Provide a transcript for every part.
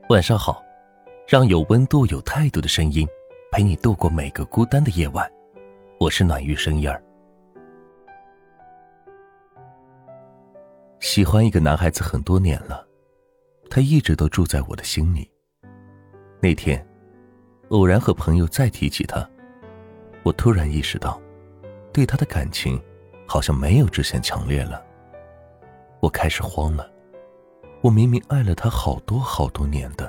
晚上好，让有温度有态度的声音陪你度过每个孤单的夜晚。我是暖玉声音儿。喜欢一个男孩子很多年了，他一直都住在我的心里。那天偶然和朋友再提起他，我突然意识到对他的感情好像没有之前强烈了。我开始慌了，我明明爱了他好多年的。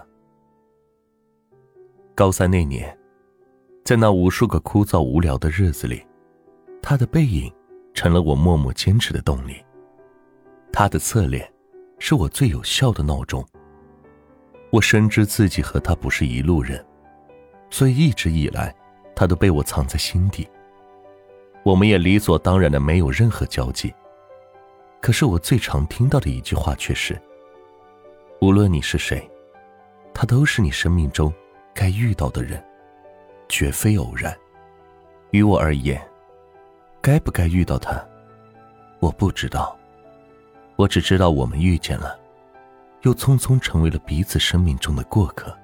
高三那年，在那无数个枯燥无聊的日子里，他的背影成了我默默坚持的动力。他的侧脸是我最有效的闹钟。我深知自己和他不是一路人，所以一直以来他都被我藏在心底。我们也理所当然的没有任何交集。可是我最常听到的一句话却是，无论你是谁，他都是你生命中该遇到的人，绝非偶然。于我而言，该不该遇到他，我不知道。我只知道我们遇见了，又匆匆成为了彼此生命中的过客。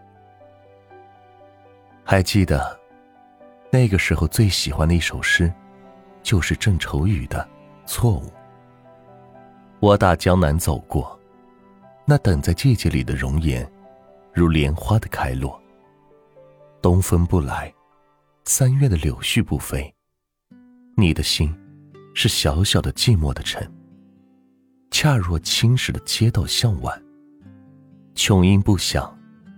还记得那个时候最喜欢的一首诗，就是郑愁予的《错误》。我打江南走过，那等在季节里的容颜，如莲花的开落。东风不来，3月的柳絮不飞，你的心是小小的寂寞的尘，恰若青石的街道向晚。琼音不响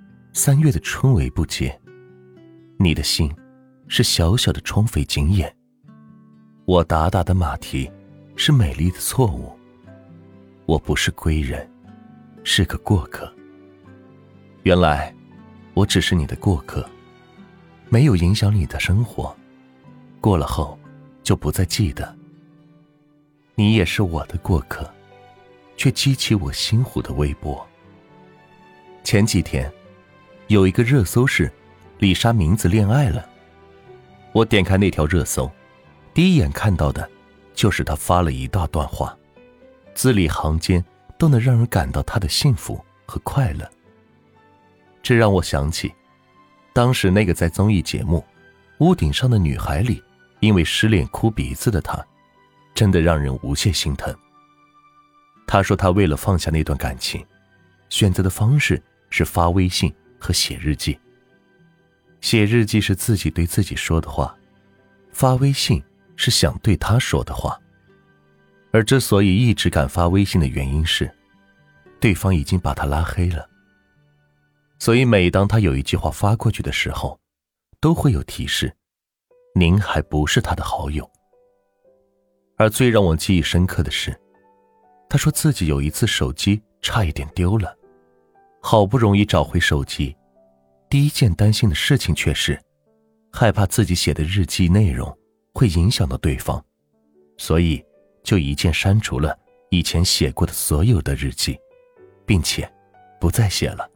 ，3月的春雷不接，你的心是小小的窗扉紧掩。我打打的马蹄是美丽的错误，我不是归人，是个过客。原来我只是你的过客，没有影响你的生活，过了后就不再记得。你也是我的过客，却激起我心湖的微波。前几天有一个热搜是李莎名字恋爱了，我点开那条热搜，第一眼看到的就是她发了一大段话，字里行间都能让人感到她的幸福和快乐。这让我想起当时那个在综艺节目《屋顶上的女孩》里因为失恋哭鼻子的她，真的让人无限心疼。她说她为了放下那段感情，选择的方式是发微信和写日记。写日记是自己对自己说的话，发微信是想对他说的话。而之所以一直敢发微信的原因是，对方已经把他拉黑了。所以每当他有一句话发过去的时候，都会有提示，您还不是他的好友。而最让我记忆深刻的是，他说自己有一次手机差一点丢了，好不容易找回手机，第一件担心的事情却是害怕自己写的日记内容会影响到对方，所以就一键删除了以前写过的所有的日记，并且不再写了。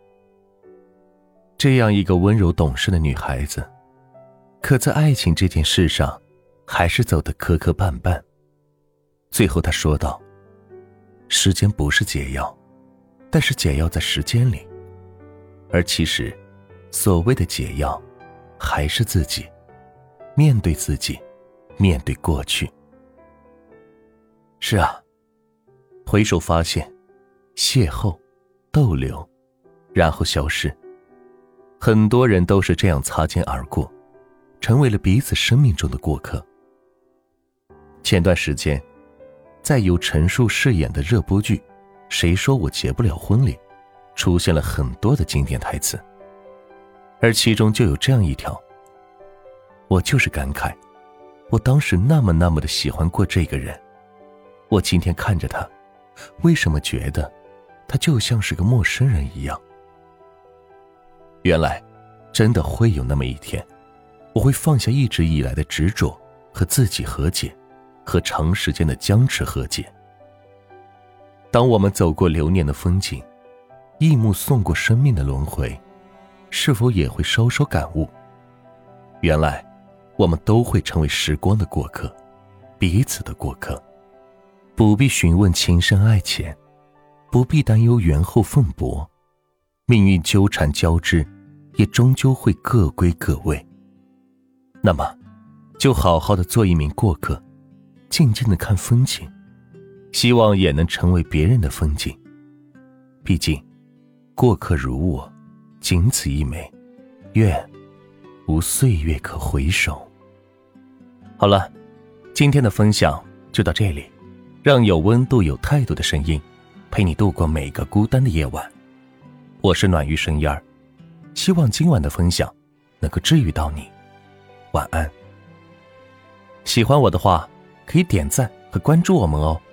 这样一个温柔懂事的女孩子，可在爱情这件事上还是走得磕磕绊绊。最后她说道，时间不是解药，但是解药在时间里。而其实所谓的解药还是自己，面对自己，面对过去。是啊，回首发现，邂逅，逗留，然后消失。很多人都是这样擦肩而过，成为了彼此生命中的过客。前段时间在由陈数饰演的热播剧《谁说我结不了婚》里，出现了很多的经典台词，而其中就有这样一条，我就是感慨，我当时那么的喜欢过这个人，我今天看着他，为什么觉得他就像是个陌生人一样？原来真的会有那么一天，我会放下一直以来的执着，和自己和解，和长时间的僵持和解。当我们走过流年的风景，一目送过生命的轮回，是否也会稍稍感悟，原来我们都会成为时光的过客，彼此的过客。不必询问情深爱浅，不必担忧缘后奋搏， 命运纠缠交织，也终究会各归各位。那么就好好的做一名过客，静静的看风景，希望也能成为别人的风景。毕竟过客如我，仅此一枚，愿无岁月可回首。好了，今天的分享就到这里，让有温度有态度的声音陪你度过每个孤单的夜晚。我是暖玉声音儿，希望今晚的分享能够治愈到你。晚安。喜欢我的话，可以点赞和关注我们哦。